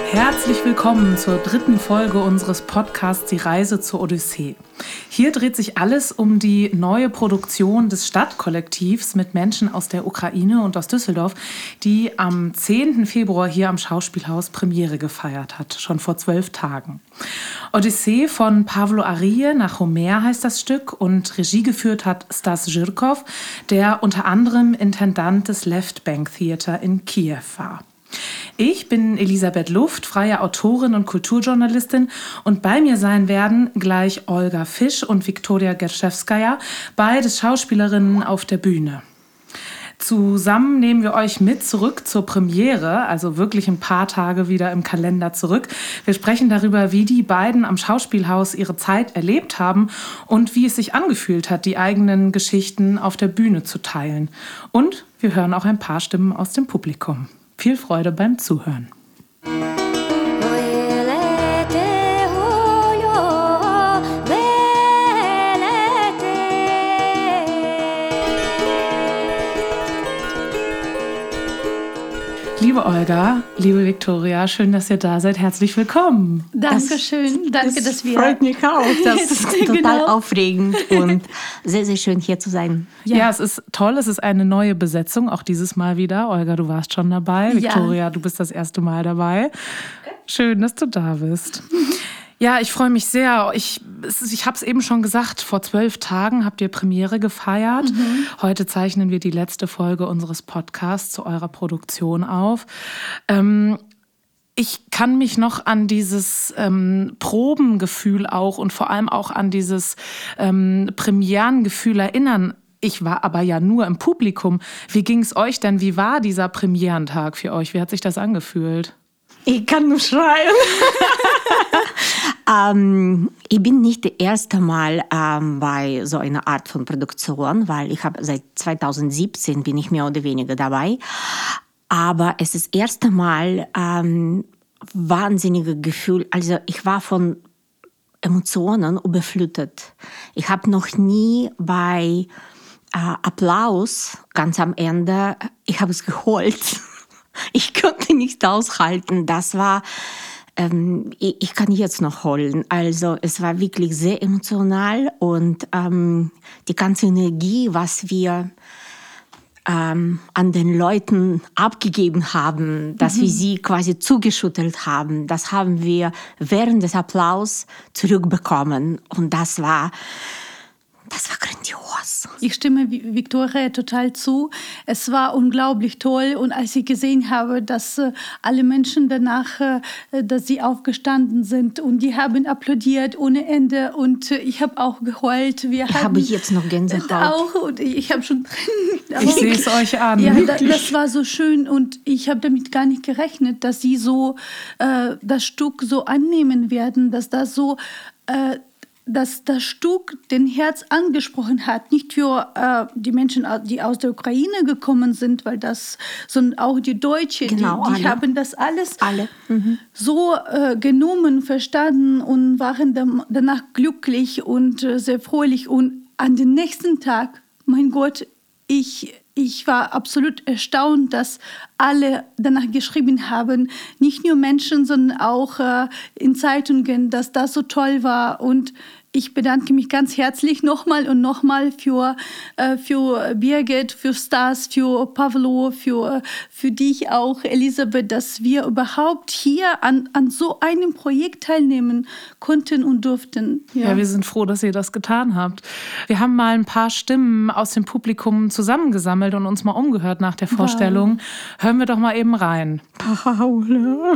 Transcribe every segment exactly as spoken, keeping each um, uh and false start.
Herzlich willkommen zur dritten Folge unseres Podcasts Die Reise zur Odyssee. Hier dreht sich alles um die neue Produktion des Stadtkollektivs mit Menschen aus der Ukraine und aus Düsseldorf, die am zehnten Februar hier am Schauspielhaus Premiere gefeiert hat, schon vor zwölf Tagen. Odyssee von Pawlo Arije nach Homer heißt das Stück und Regie geführt hat Stas Žirkov, der unter anderem Intendant des Left Bank Theater in Kiew war. Ich bin Elisabeth Luft, freie Autorin und Kulturjournalistin, und bei mir sein werden gleich Olga Fisch und Viktoria Gerszewskaja, beides Schauspielerinnen auf der Bühne. Zusammen nehmen wir euch mit zurück zur Premiere, also wirklich ein paar Tage wieder im Kalender zurück. Wir sprechen darüber, wie die beiden am Schauspielhaus ihre Zeit erlebt haben und wie es sich angefühlt hat, die eigenen Geschichten auf der Bühne zu teilen. Und wir hören auch ein paar Stimmen aus dem Publikum. Viel Freude beim Zuhören. Liebe Olga, liebe Viktoria, schön, dass ihr da seid. Herzlich willkommen. Dankeschön, danke, das dass wir... freut mich auch. Das ist total genau. aufregend und sehr, sehr schön, hier zu sein. Ja. ja, es ist toll. Es ist eine neue Besetzung, auch dieses Mal wieder. Olga, du warst schon dabei. Viktoria, ja. Du bist das erste Mal dabei. Schön, dass du da bist. Ja, ich freue mich sehr. Ich, ich habe es eben schon gesagt, vor zwölf Tagen habt ihr Premiere gefeiert. Mhm. Heute zeichnen wir die letzte Folge unseres Podcasts zu eurer Produktion auf. Ähm, ich kann mich noch an dieses ähm, Probengefühl auch und vor allem auch an dieses ähm, Premierengefühl erinnern. Ich war aber ja nur im Publikum. Wie ging es euch denn? Wie war dieser Premierentag für euch? Wie hat sich das angefühlt? Ich kann nur schreien. ähm, ich bin nicht das erste Mal ähm, bei so einer Art von Produktion, weil ich habe seit zweitausendsiebzehn bin ich mehr oder weniger dabei. Aber es ist das erste Mal ähm, wahnsinniges Gefühl. Also ich war von Emotionen überflutet. Ich habe noch nie bei äh, Applaus ganz am Ende, ich habe es geheult. Ich konnte nicht aushalten. Das war, ähm, ich, ich kann jetzt noch heulen. Also es war wirklich sehr emotional und ähm, die ganze Energie, was wir ähm, an den Leuten abgegeben haben, dass mhm. wir sie quasi zugeschüttelt haben, das haben wir während des Applaus zurückbekommen. Und das war, das war grandios. Ich stimme Viktoria total zu. Es war unglaublich toll. Und als ich gesehen habe, dass äh, alle Menschen danach, äh, dass sie aufgestanden sind und die haben applaudiert ohne Ende. Und äh, ich habe auch geheult. Wir ich haben, habe jetzt noch Gänsehaut. Auch, und ich habe schon Ich sehe es euch an. Ja, das, das war so schön. Und ich habe damit gar nicht gerechnet, dass sie so äh, das Stück so annehmen werden, dass das so... Äh, dass das Stück den Herz angesprochen hat, nicht für äh, die Menschen, die aus der Ukraine gekommen sind, weil das, sondern auch die Deutschen, genau, die, die alle. haben das alles alle. Mhm. so äh, genommen, verstanden und waren dann, danach glücklich und äh, sehr fröhlich. Und an den nächsten Tag, mein Gott, ich... Ich war absolut erstaunt, dass alle danach geschrieben haben, nicht nur Menschen, sondern auch äh, in Zeitungen, dass das so toll war. Und ich bedanke mich ganz herzlich nochmal und nochmal für, äh, für Birgit, für Stas, für Pawlo, für, für dich auch, Elisabeth, dass wir überhaupt hier an, an so einem Projekt teilnehmen konnten und durften. Ja. ja, wir sind froh, dass ihr das getan habt. Wir haben mal ein paar Stimmen aus dem Publikum zusammengesammelt und uns mal umgehört nach der Vorstellung. Wow. Hören wir doch mal eben rein. Paula.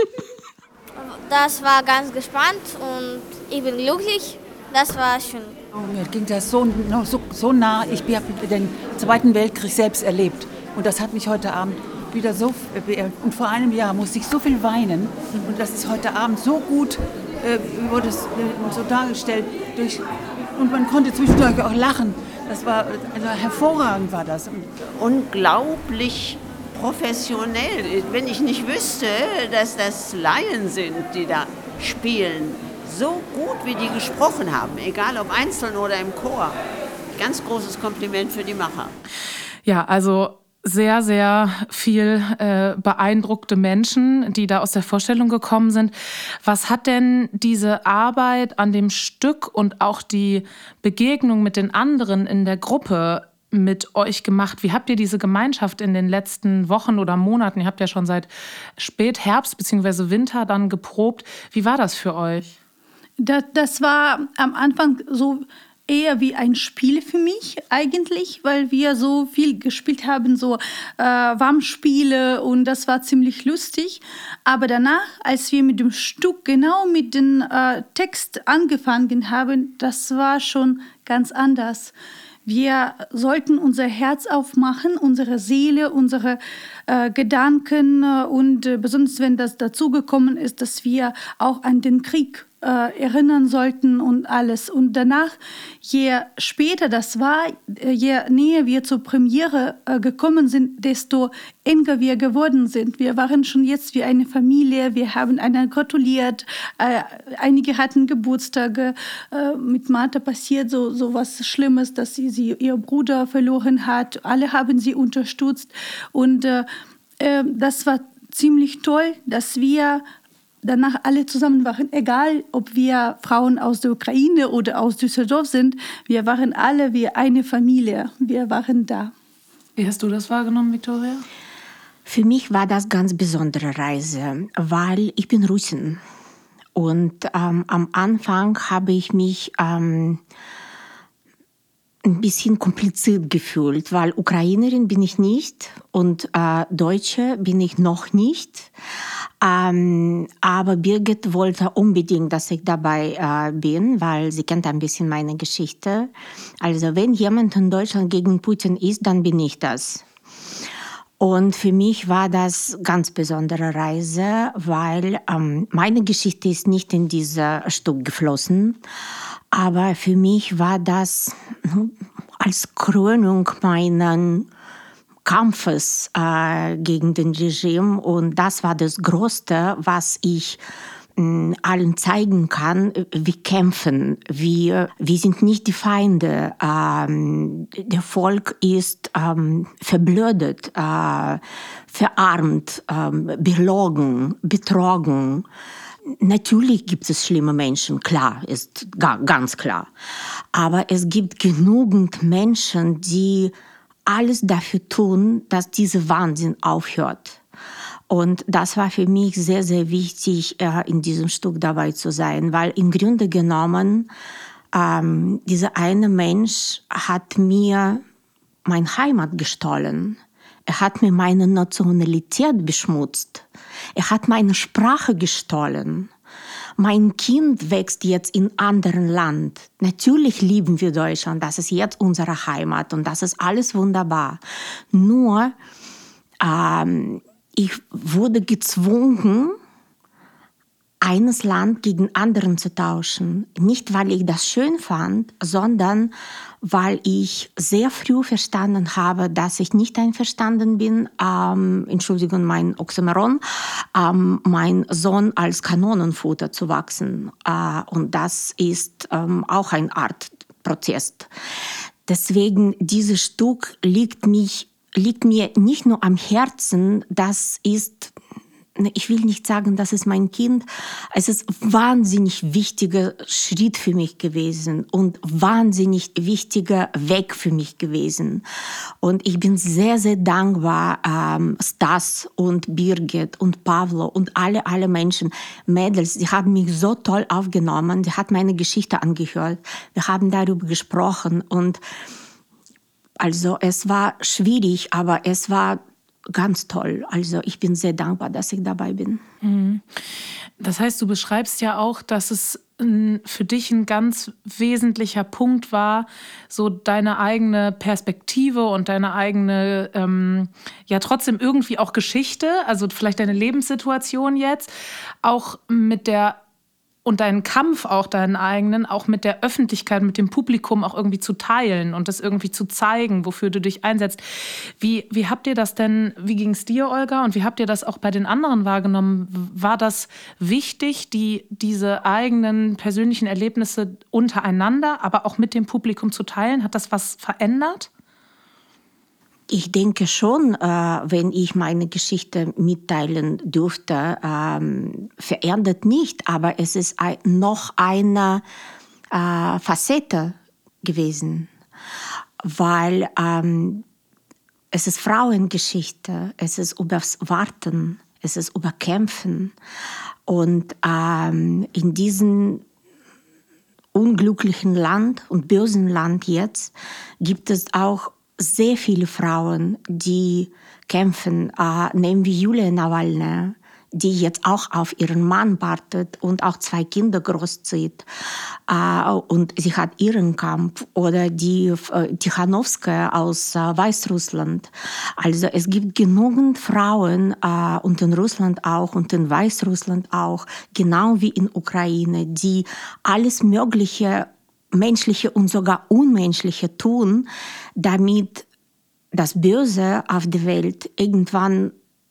Das war ganz gespannt und ich bin glücklich. Das war schön. Oh, mir ging das so, so, so nah. Ich habe den Zweiten Weltkrieg selbst erlebt. Und das hat mich heute Abend wieder so... Und vor einem Jahr musste ich so viel weinen. Und das ist heute Abend so gut, äh, wurde es äh, so dargestellt. Durch, und man konnte zwischendurch auch lachen. Das war, also hervorragend war das. Unglaublich professionell. Wenn ich nicht wüsste, dass das Laien sind, die da spielen, so gut wie die gesprochen haben, egal ob einzeln oder im Chor. Ganz großes Kompliment für die Macher. Ja, also sehr, sehr viel äh, beeindruckte Menschen, die da aus der Vorstellung gekommen sind. Was hat denn diese Arbeit an dem Stück und auch die Begegnung mit den anderen in der Gruppe mit euch gemacht? Wie habt ihr diese Gemeinschaft in den letzten Wochen oder Monaten, ihr habt ja schon seit Spätherbst bzw. Winter dann geprobt, wie war das für euch? Das, das war am Anfang so eher wie ein Spiel für mich eigentlich, weil wir so viel gespielt haben, so äh, Warmspiele, und das war ziemlich lustig. Aber danach, als wir mit dem Stück genau mit dem äh, Text angefangen haben, das war schon ganz anders. Wir sollten unser Herz aufmachen, unsere Seele, unsere äh, Gedanken äh, und äh, besonders wenn das dazugekommen ist, dass wir auch an den Krieg äh, erinnern sollten und alles. Und danach, je später das war, je näher wir zur Premiere äh, gekommen sind, desto enger wir geworden sind. Wir waren schon jetzt wie eine Familie, wir haben einander gratuliert, äh, einige hatten Geburtstage, äh, mit Martha passiert so, so was Schlimmes, dass sie, sie ihr Bruder verloren hat, alle haben sie unterstützt und äh, äh, das war ziemlich toll, dass wir danach alle zusammen waren, egal ob wir Frauen aus der Ukraine oder aus Düsseldorf sind, wir waren alle wie eine Familie, wir waren da. Wie hast du das wahrgenommen, Viktoria? Für mich war das eine ganz besondere Reise, weil ich bin Russin. Und ähm, am Anfang habe ich mich ähm, ein bisschen kompliziert gefühlt, weil Ukrainerin bin ich nicht und äh, Deutsche bin ich noch nicht. Ähm, aber Birgit wollte unbedingt, dass ich dabei äh, bin, weil sie kennt ein bisschen meine Geschichte. Also wenn jemand in Deutschland gegen Putin ist, dann bin ich das. Und für mich war das eine ganz besondere Reise, weil ähm, meine Geschichte ist nicht in dieses Stück geflossen. Aber für mich war das als Krönung meines Kampfes äh, gegen den Regime. Und das war das Größte, was ich äh, allen zeigen kann. Wir kämpfen, wir, wir sind nicht die Feinde. Ähm, der Volk ist ähm, verblödet, äh, verarmt, äh, belogen, betrogen. Natürlich gibt es schlimme Menschen, klar, ist ganz klar. Aber es gibt genügend Menschen, die alles dafür tun, dass dieser Wahnsinn aufhört. Und das war für mich sehr, sehr wichtig, in diesem Stück dabei zu sein, weil im Grunde genommen, ähm, dieser eine Mensch hat mir meine Heimat gestohlen. Er hat mir meine Nationalität beschmutzt. Er hat meine Sprache gestohlen. Mein Kind wächst jetzt in einem anderen Land. Natürlich lieben wir Deutschland, das ist jetzt unsere Heimat und das ist alles wunderbar. Nur, ähm, ich wurde gezwungen, eines Land gegen anderen zu tauschen. Nicht, weil ich das schön fand, sondern weil ich sehr früh verstanden habe, dass ich nicht einverstanden bin, ähm, Entschuldigung, mein Oxymoron, ähm, mein Sohn als Kanonenfutter zu wachsen. Äh, und das ist ähm, auch eine Art Protest. Deswegen, dieses Stück liegt, mich, liegt mir nicht nur am Herzen, das ist, ich will nicht sagen, das ist mein Kind. Es ist ein wahnsinnig wichtiger Schritt für mich gewesen und wahnsinnig wichtiger Weg für mich gewesen. Und ich bin sehr, sehr dankbar, ähm, Stas und Birgit und Pavlo und alle, alle Menschen, Mädels, die haben mich so toll aufgenommen, die hat meine Geschichte angehört. Wir haben darüber gesprochen und also es war schwierig, aber es war ganz toll. Also ich bin sehr dankbar, dass ich dabei bin. Das heißt, du beschreibst ja auch, dass es für dich ein ganz wesentlicher Punkt war, so deine eigene Perspektive und deine eigene, ähm, ja trotzdem irgendwie auch Geschichte, also vielleicht deine Lebenssituation jetzt, auch mit der und deinen Kampf auch, deinen eigenen, auch mit der Öffentlichkeit, mit dem Publikum auch irgendwie zu teilen und das irgendwie zu zeigen, wofür du dich einsetzt. Wie, wie habt ihr das denn, wie ging es dir, Olga, und wie habt ihr das auch bei den anderen wahrgenommen? War das wichtig, die, diese eigenen persönlichen Erlebnisse untereinander, aber auch mit dem Publikum zu teilen? Hat das was verändert? Ich denke schon, äh, wenn ich meine Geschichte mitteilen dürfte, ähm, verändert nicht, aber es ist ein, noch eine äh, Facette gewesen, weil ähm, es ist Frauengeschichte, es ist übers Warten, es ist über Kämpfen und ähm, in diesem unglücklichen Land und bösen Land jetzt gibt es auch sehr viele Frauen, die kämpfen. Äh, nehmen wir Julia Nawalny, die jetzt auch auf ihren Mann wartet und auch zwei Kinder großzieht. Äh, und sie hat ihren Kampf. Oder die äh, Tichanowskaja aus äh, Weißrussland. Also es gibt genügend Frauen äh, und in Russland auch und in Weißrussland auch, genau wie in Ukraine, die alles Mögliche Menschliche und sogar Unmenschliche tun, damit das Böse auf der Welt irgendwann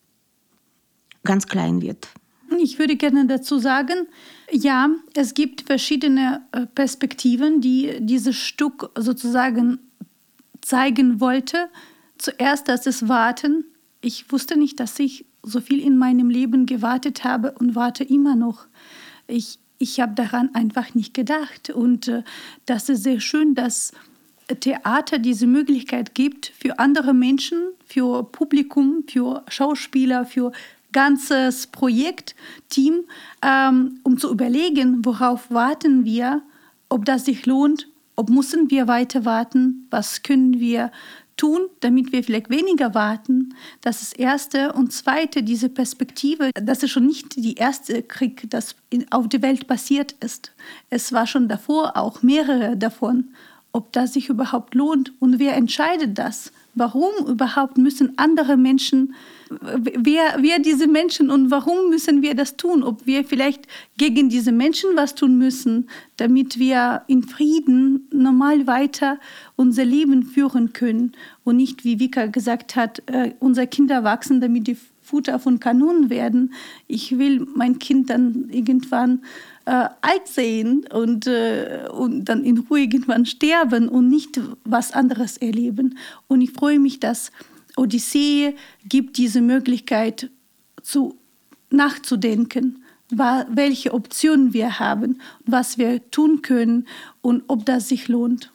ganz klein wird. Ich würde gerne dazu sagen, ja, es gibt verschiedene Perspektiven, die dieses Stück sozusagen zeigen wollte. Zuerst, dass es Warten. Ich wusste nicht, dass ich so viel in meinem Leben gewartet habe und warte immer noch. Ich Ich habe daran einfach nicht gedacht. Und äh, das ist sehr schön, dass Theater diese Möglichkeit gibt für andere Menschen, für Publikum, für Schauspieler, für ganzes Projektteam, ähm, um zu überlegen, worauf warten wir, ob das sich lohnt, ob müssen wir weiter warten, was können wir tun, damit wir vielleicht weniger warten. Das ist das Erste. Und Zweite, diese Perspektive, das ist schon nicht der erste Krieg, das auf der Welt passiert ist. Es war schon davor auch mehrere davon. Ob das sich überhaupt lohnt und wer entscheidet das? Warum überhaupt müssen andere Menschen, wer, wer diese Menschen und warum müssen wir das tun? Ob wir vielleicht gegen diese Menschen was tun müssen, damit wir in Frieden normal weiter unser Leben führen können und nicht, wie Vika gesagt hat, äh, unsere Kinder wachsen, damit die Futter von Kanonen werden. Ich will mein Kind dann irgendwann äh, alt sehen und, äh, und dann in Ruhe irgendwann sterben und nicht was anderes erleben. Und ich freue mich, dass Odyssee gibt diese Möglichkeit, zu, nachzudenken, welche Optionen wir haben, was wir tun können und ob das sich lohnt.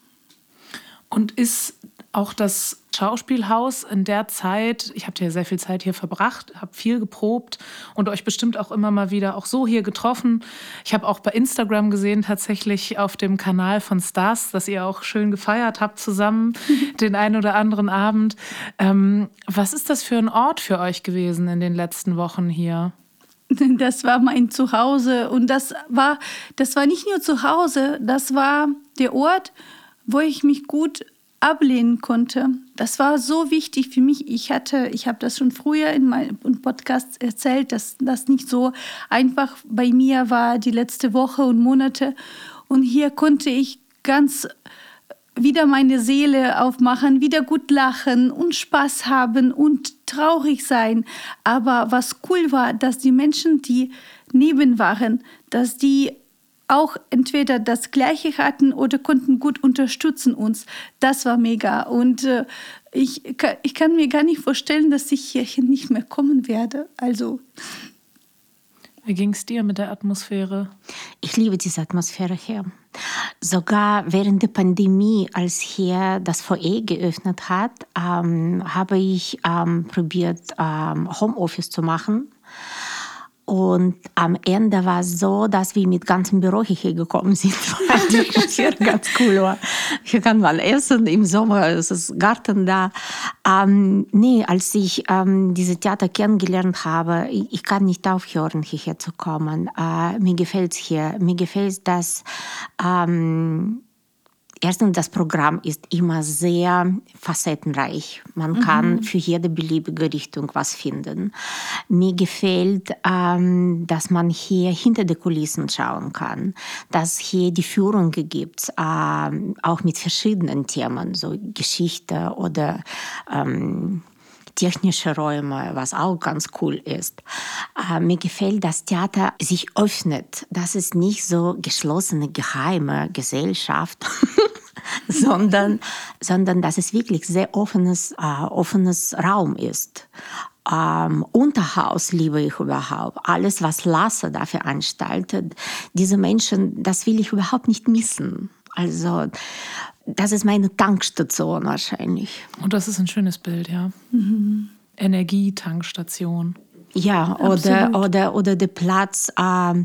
Und ist auch das Schauspielhaus in der Zeit, ich habe ja sehr viel Zeit hier verbracht, habe viel geprobt und euch bestimmt auch immer mal wieder auch so hier getroffen. Ich habe auch bei Instagram gesehen, tatsächlich auf dem Kanal von Stars, dass ihr auch schön gefeiert habt zusammen den einen oder anderen Abend. Ähm, was ist das für ein Ort für euch gewesen in den letzten Wochen hier? Das war mein Zuhause und das war, das war nicht nur Zuhause, das war der Ort, wo ich mich gut ablehnen konnte. Das war so wichtig für mich. Ich hatte, ich habe das schon früher in meinem Podcast erzählt, dass das nicht so einfach bei mir war die letzte Woche und Monate. Und hier konnte ich ganz wieder meine Seele aufmachen, wieder gut lachen und Spaß haben und traurig sein. Aber was cool war, dass die Menschen, die neben waren, dass die auch entweder das Gleiche hatten oder konnten gut unterstützen uns. Das war mega. Und äh, ich, ich kann mir gar nicht vorstellen, dass ich hier nicht mehr kommen werde. Also. Wie ging es dir mit der Atmosphäre? Ich liebe diese Atmosphäre hier. Sogar während der Pandemie, als hier das Foyer geöffnet hat, ähm, habe ich ähm, probiert, ähm, Homeoffice zu machen. Und am Ende war es so, dass wir mit ganzem Büro hierher gekommen sind, weil die Atmosphäre ganz cool war. Hier kann man essen, im Sommer ist es Garten da. Ähm, nee, als ich ähm, diese Theater kennengelernt habe, ich, ich kann nicht aufhören, hierher zu kommen. Äh, mir gefällt es hier. Mir gefällt es, dass ähm, erstens, das Programm ist immer sehr facettenreich. Man kann mhm. für jede beliebige Richtung was finden. Mir gefällt, ähm, dass man hier hinter die Kulissen schauen kann, dass hier die Führung gibt, ähm, auch mit verschiedenen Themen, so Geschichte oder ähm, technische Räume, was auch ganz cool ist. Äh, mir gefällt, dass Theater sich öffnet. Das ist nicht so geschlossene, geheime Gesellschaft, sondern, sondern dass es wirklich sehr offenes, äh, offenes Raum ist. Ähm, Unterhaus liebe ich überhaupt. Alles, was Lasse da veranstaltet, diese Menschen, das will ich überhaupt nicht missen. Also das ist meine Tankstation wahrscheinlich. Und das ist ein schönes Bild, ja. Mhm. Energietankstation. Ja, oder, oder, oder der Platz. Ähm,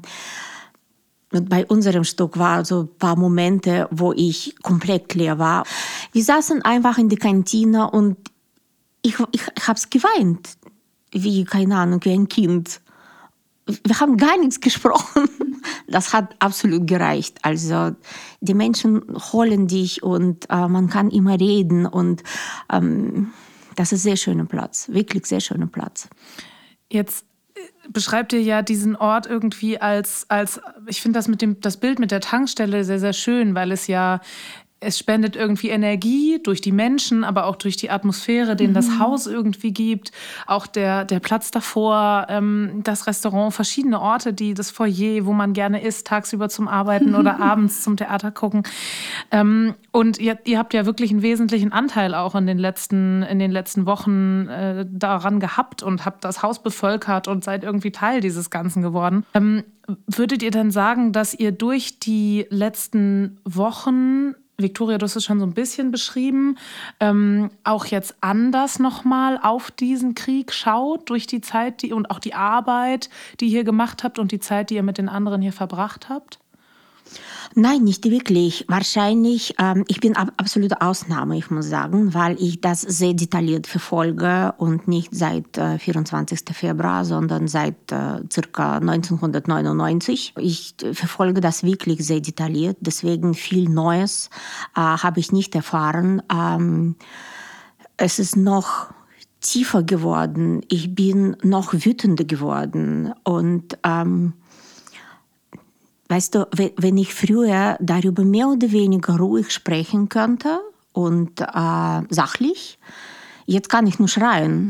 bei unserem Stück war so ein paar Momente, wo ich komplett leer war. Wir saßen einfach in der Kantine und ich, ich, ich habe es geweint. Wie, keine Ahnung, wie ein Kind. Wir haben gar nichts gesprochen. Das hat absolut gereicht. Also die Menschen holen dich und äh, man kann immer reden. Und ähm, das ist ein sehr schöner Platz, wirklich sehr schöner Platz. Jetzt beschreibt ihr ja diesen Ort irgendwie als, als ich finde das mit dem, das Bild mit der Tankstelle sehr, sehr schön, weil es ja Es spendet irgendwie Energie durch die Menschen, aber auch durch die Atmosphäre, den mhm. das Haus irgendwie gibt. Auch der, der Platz davor, ähm, das Restaurant, verschiedene Orte, die das Foyer, wo man gerne isst, tagsüber zum Arbeiten oder abends zum Theater gucken. Ähm, und ihr, ihr habt ja wirklich einen wesentlichen Anteil auch in den letzten, in den letzten Wochen äh, daran gehabt und habt das Haus bevölkert und seid irgendwie Teil dieses Ganzen geworden. Ähm, würdet ihr denn sagen, dass ihr durch die letzten Wochen, Viktoria, du hast es schon so ein bisschen beschrieben, ähm, auch jetzt anders nochmal auf diesen Krieg schaut, durch die Zeit die, und auch die Arbeit, die ihr hier gemacht habt und die Zeit, die ihr mit den anderen hier verbracht habt? Nein, nicht wirklich. Wahrscheinlich, ähm, ich bin ab, absolute Ausnahme, ich muss sagen, weil ich das sehr detailliert verfolge und nicht seit äh, vierundzwanzigsten Februar, sondern seit äh, circa neunzehnhundertneunundneunzig. Ich äh, verfolge das wirklich sehr detailliert, deswegen viel Neues äh, habe ich nicht erfahren. Ähm, es ist noch tiefer geworden, ich bin noch wütender geworden und ähm, weißt du, wenn ich früher darüber mehr oder weniger ruhig sprechen könnte und äh, sachlich, jetzt kann ich nur schreien,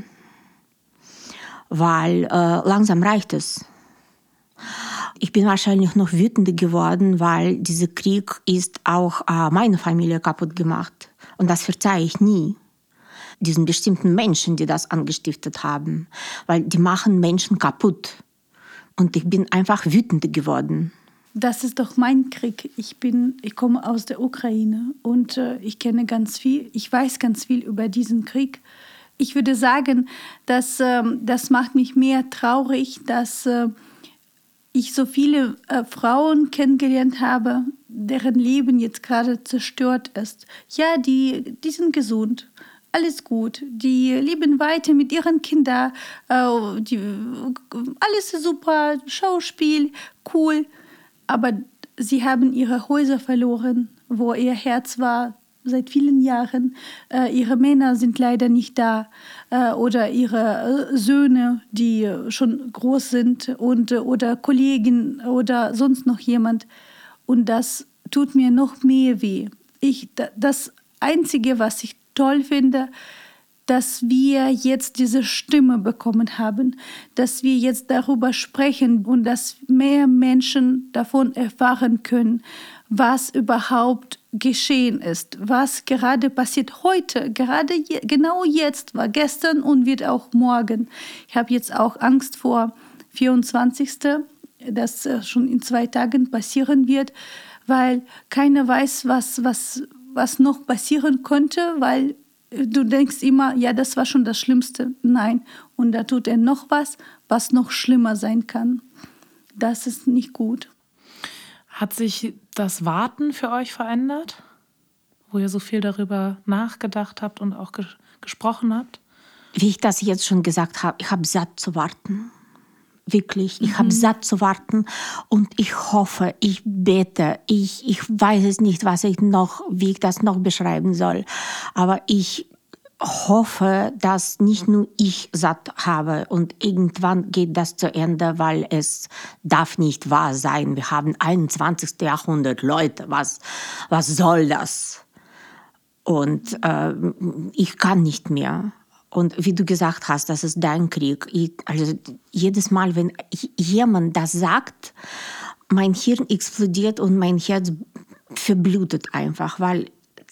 weil äh, langsam reicht es. Ich bin wahrscheinlich noch wütender geworden, weil dieser Krieg ist auch äh, meine Familie kaputt gemacht. Und das verzeihe ich nie. Diesen bestimmten Menschen, die das angestiftet haben. Weil die machen Menschen kaputt. Und ich bin einfach wütender geworden. Das ist doch mein Krieg. Ich bin, ich komme aus der Ukraine und äh, ich kenne ganz viel. Ich weiß ganz viel über diesen Krieg. Ich würde sagen, dass äh, das macht mich mehr traurig, dass äh, ich so viele äh, Frauen kennengelernt habe, deren Leben jetzt gerade zerstört ist. Ja, die, die sind gesund. Alles gut, die leben weiter mit ihren Kindern. Äh, die, alles ist super, Schauspiel, cool. Aber sie haben ihre Häuser verloren, wo ihr Herz war seit vielen Jahren. Äh, ihre Männer sind leider nicht da. Äh, oder ihre äh, Söhne, die schon groß sind. Und, äh, oder Kollegen oder sonst noch jemand. Und das tut mir noch mehr weh. Ich, das Einzige, was ich toll finde, dass wir jetzt diese Stimme bekommen haben, dass wir jetzt darüber sprechen und dass mehr Menschen davon erfahren können, was überhaupt geschehen ist, was gerade passiert heute, gerade je, genau jetzt, war gestern und wird auch morgen. Ich habe jetzt auch Angst vor vierundzwanzigsten, das schon in zwei Tagen passieren wird, weil keiner weiß, was, was, was noch passieren könnte, weil du denkst immer, ja, das war schon das Schlimmste. Nein, und da tut er noch was, was noch schlimmer sein kann. Das ist nicht gut. Hat sich das Warten für euch verändert? Wo ihr so viel darüber nachgedacht habt und auch ges- gesprochen habt? Wie ich das jetzt schon gesagt habe, ich habe satt zu warten. Wirklich, ich mhm. habe satt zu warten und ich hoffe, ich bete, ich, ich weiß es nicht, was ich noch, wie ich das noch beschreiben soll, aber ich hoffe, dass nicht nur ich satt habe und irgendwann geht das zu Ende, weil es darf nicht wahr sein. Wir haben einundzwanzigsten Jahrhundert, Leute, was, was soll das? Und äh, ich kann nicht mehr. Und wie du gesagt hast, das ist dein Krieg. Ich, also jedes Mal, wenn jemand das sagt, mein Hirn explodiert und mein Herz verblutet einfach, weil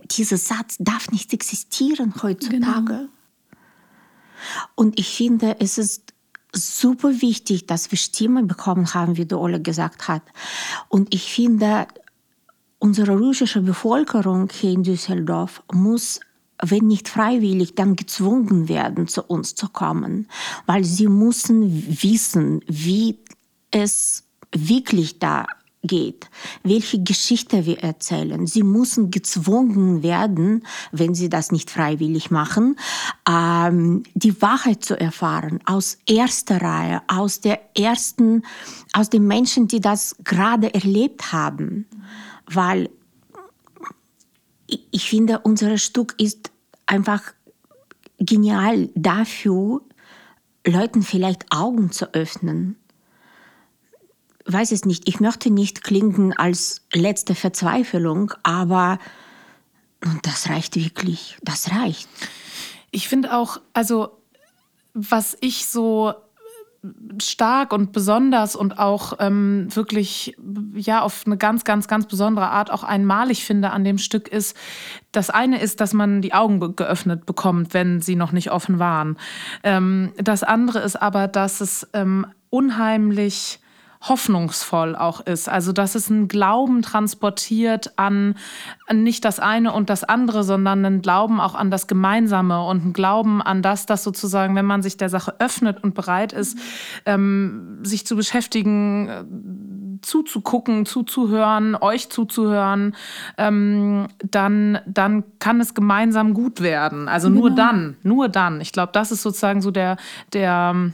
dieser Satz darf nicht existieren heutzutage. Genau. Und ich finde, es ist super wichtig, dass wir Stimme bekommen haben, wie die Olle gesagt hat. Und ich finde, unsere russische Bevölkerung hier in Düsseldorf muss, wenn nicht freiwillig, dann gezwungen werden, zu uns zu kommen. Weil sie müssen wissen, wie es wirklich da geht, welche Geschichte wir erzählen. Sie müssen gezwungen werden, wenn sie das nicht freiwillig machen, ähm, die Wahrheit zu erfahren, aus erster Reihe, aus der ersten, aus den Menschen, die das gerade erlebt haben. Weil ich, ich finde, unser Stück ist einfach genial dafür, Leuten vielleicht Augen zu öffnen. Weiß es nicht, ich möchte nicht klingen als letzte Verzweiflung, aber das reicht wirklich, das reicht. Ich finde auch, also was ich so stark und besonders und auch ähm, wirklich ja auf eine ganz, ganz, ganz besondere Art auch einmalig finde an dem Stück ist, das eine ist, dass man die Augen geöffnet bekommt, wenn sie noch nicht offen waren. Ähm, das andere ist aber, dass es ähm, unheimlich hoffnungsvoll auch ist. Also, dass es einen Glauben transportiert an, an nicht das eine und das andere, sondern einen Glauben auch an das Gemeinsame und einen Glauben an das, dass sozusagen, wenn man sich der Sache öffnet und bereit ist, ähm, sich zu beschäftigen, zuzugucken, zuzuhören, euch zuzuhören, ähm, dann, dann kann es gemeinsam gut werden. Also nur Genau. dann, nur dann. Ich glaube, das ist sozusagen so der, der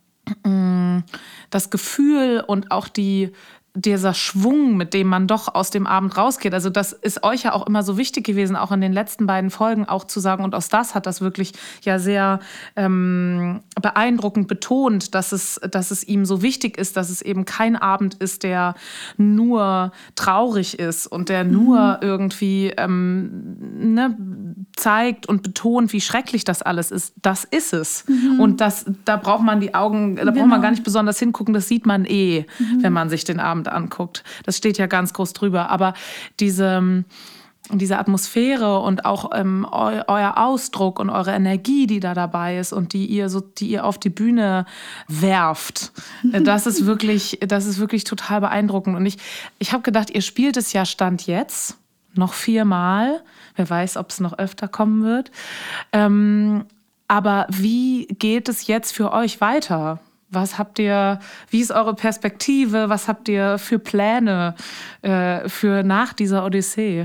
das Gefühl und auch die, dieser Schwung, mit dem man doch aus dem Abend rausgeht. Also das ist euch ja auch immer so wichtig gewesen, auch in den letzten beiden Folgen auch zu sagen. Und aus das hat das wirklich ja sehr ähm, beeindruckend betont, dass es, dass es ihm so wichtig ist, dass es eben kein Abend ist, der nur traurig ist und der nur mhm. irgendwie ähm, ne, zeigt und betont, wie schrecklich das alles ist. Das ist es. Mhm. Und das, da braucht man die Augen, da genau. braucht man gar nicht besonders hingucken, das sieht man eh, mhm. wenn man sich den Abend anguckt. Das steht ja ganz groß drüber. Aber diese, diese Atmosphäre und auch ähm, eu, euer Ausdruck und eure Energie, die da dabei ist und die ihr so, die ihr auf die Bühne werft, das ist wirklich, das ist wirklich total beeindruckend. Und ich, ich habe gedacht, ihr spielt es ja Stand jetzt noch viermal. Wer weiß, ob es noch öfter kommen wird. Ähm, aber wie geht es jetzt für euch weiter? Was habt ihr, wie ist eure Perspektive? Was habt ihr für Pläne äh, für nach dieser Odyssee?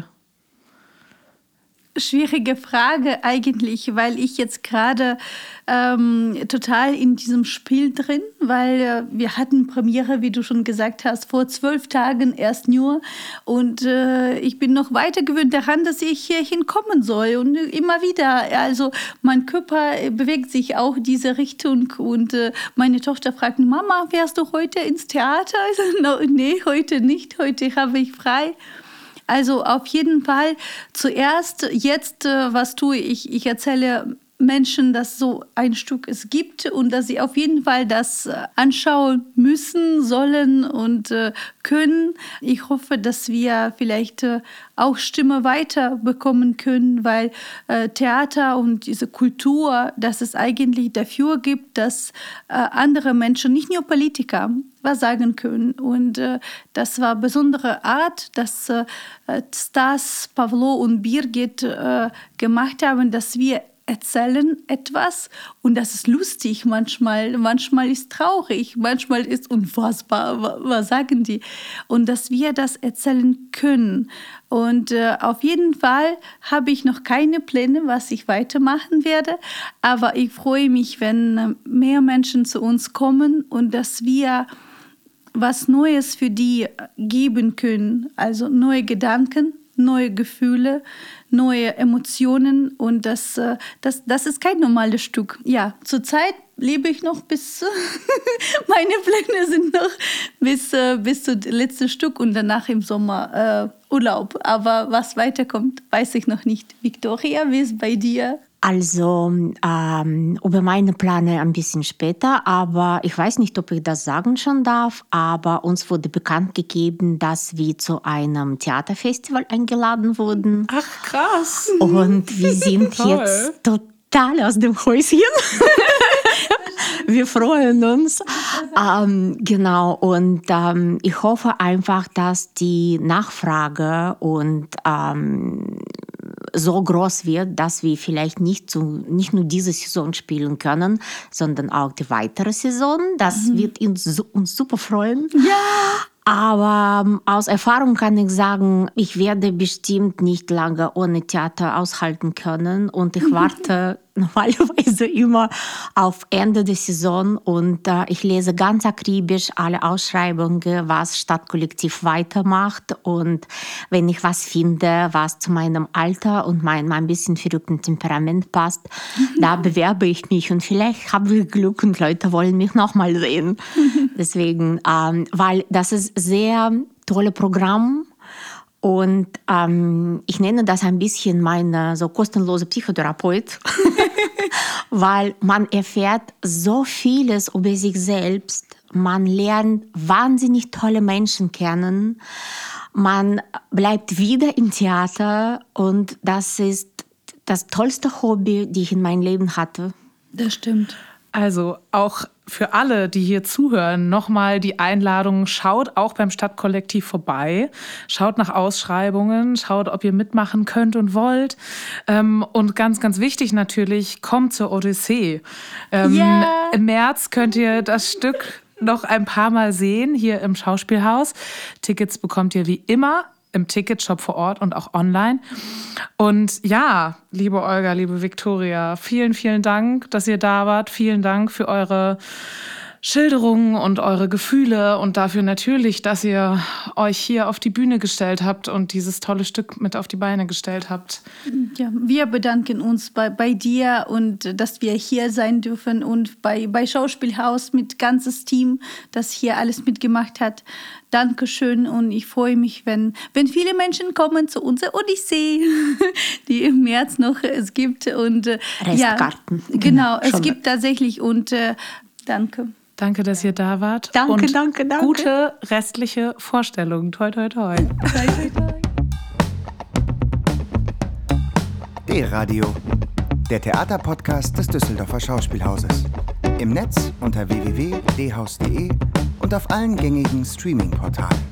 Schwierige Frage eigentlich, weil ich jetzt gerade ähm, total in diesem Spiel drin, weil äh, wir hatten Premiere, wie du schon gesagt hast, vor zwölf Tagen erst nur und äh, ich bin noch weiter gewöhnt daran, dass ich hier hinkommen soll und immer wieder, also mein Körper bewegt sich auch in diese Richtung und äh, meine Tochter fragt, Mama, fährst du heute ins Theater? Also, no, nee, heute nicht, heute habe ich frei. Also auf jeden Fall zuerst jetzt, was tue ich? Ich erzähle Menschen, dass so ein Stück es gibt und dass sie auf jeden Fall das anschauen müssen, sollen und äh, können. Ich hoffe, dass wir vielleicht äh, auch Stimme weiter bekommen können, weil äh, Theater und diese Kultur, dass es eigentlich dafür gibt, dass äh, andere Menschen, nicht nur Politiker, was sagen können. Und äh, das war eine besondere Art, dass äh, Stas, Pavlo und Birgit äh, gemacht haben, dass wir erzählen etwas und das ist lustig manchmal, manchmal ist traurig, manchmal ist unfassbar, was sagen die? Und dass wir das erzählen können. Und äh, auf jeden Fall habe ich noch keine Pläne, was ich weitermachen werde, aber ich freue mich, wenn mehr Menschen zu uns kommen und dass wir was Neues für die geben können, also neue Gedanken, neue Gefühle, neue Emotionen und das, das, das ist kein normales Stück. Ja, zurzeit lebe ich noch bis, meine Pläne sind noch bis, bis zum letzten Stück und danach im Sommer äh, Urlaub. Aber was weiterkommt, weiß ich noch nicht. Victoria, wie ist bei dir? Also ähm, über meine Pläne ein bisschen später, aber ich weiß nicht, ob ich das sagen schon darf, aber uns wurde bekannt gegeben, dass wir zu einem Theaterfestival eingeladen wurden. Ach, krass. Und wir sind jetzt total aus dem Häuschen. Wir freuen uns. Ähm, genau, und ähm, ich hoffe einfach, dass die Nachfrage und ähm, so groß wird, dass wir vielleicht nicht, zu, nicht nur diese Saison spielen können, sondern auch die weitere Saison. Das mhm. wird uns, uns super freuen. Ja! Aber ähm, aus Erfahrung kann ich sagen, ich werde bestimmt nicht lange ohne Theater aushalten können. Und ich warte normalerweise immer auf Ende der Saison und äh, ich lese ganz akribisch alle Ausschreibungen, was Stadtkollektiv weitermacht. Und wenn ich was finde, was zu meinem Alter und meinem ein bisschen verrückten Temperament passt, da bewerbe ich mich und vielleicht habe ich Glück und Leute wollen mich nochmal sehen. Deswegen, ähm, weil das ist sehr tolle Programm. Und ähm, ich nenne das ein bisschen meine so kostenlose Psychotherapeut, weil man erfährt so vieles über sich selbst. Man lernt wahnsinnig tolle Menschen kennen. Man bleibt wieder im Theater und das ist das tollste Hobby, die ich in meinem Leben hatte. Das stimmt. Also auch für alle, die hier zuhören, nochmal die Einladung, schaut auch beim Stadtkollektiv vorbei, schaut nach Ausschreibungen, schaut, ob ihr mitmachen könnt und wollt. Und ganz, ganz wichtig natürlich, kommt zur Odyssee. Ja. Im März könnt ihr das Stück noch ein paar Mal sehen, hier im Schauspielhaus. Tickets bekommt ihr wie immer im Ticketshop vor Ort und auch online. Und ja, liebe Olga, liebe Viktoria, vielen, vielen Dank, dass ihr da wart. Vielen Dank für eure Schilderungen und eure Gefühle und dafür natürlich, dass ihr euch hier auf die Bühne gestellt habt und dieses tolle Stück mit auf die Beine gestellt habt. Ja, wir bedanken uns bei, bei dir und dass wir hier sein dürfen und bei, bei Schauspielhaus mit ganzes Team, das hier alles mitgemacht hat. Dankeschön und ich freue mich, wenn, wenn viele Menschen kommen zu unserer Odyssee, die im März noch es gibt. Und, äh, Restkarten. Ja, genau, es Schon gibt tatsächlich und äh, danke. Danke, dass ihr da wart. Danke, und danke, danke. Gute restliche Vorstellung. Toi, toi, toi. Toi, toi, toi. D-Radio, der Theaterpodcast des Düsseldorfer Schauspielhauses. Im Netz unter w w w punkt d haus punkt d e und auf allen gängigen Streaming-Portalen.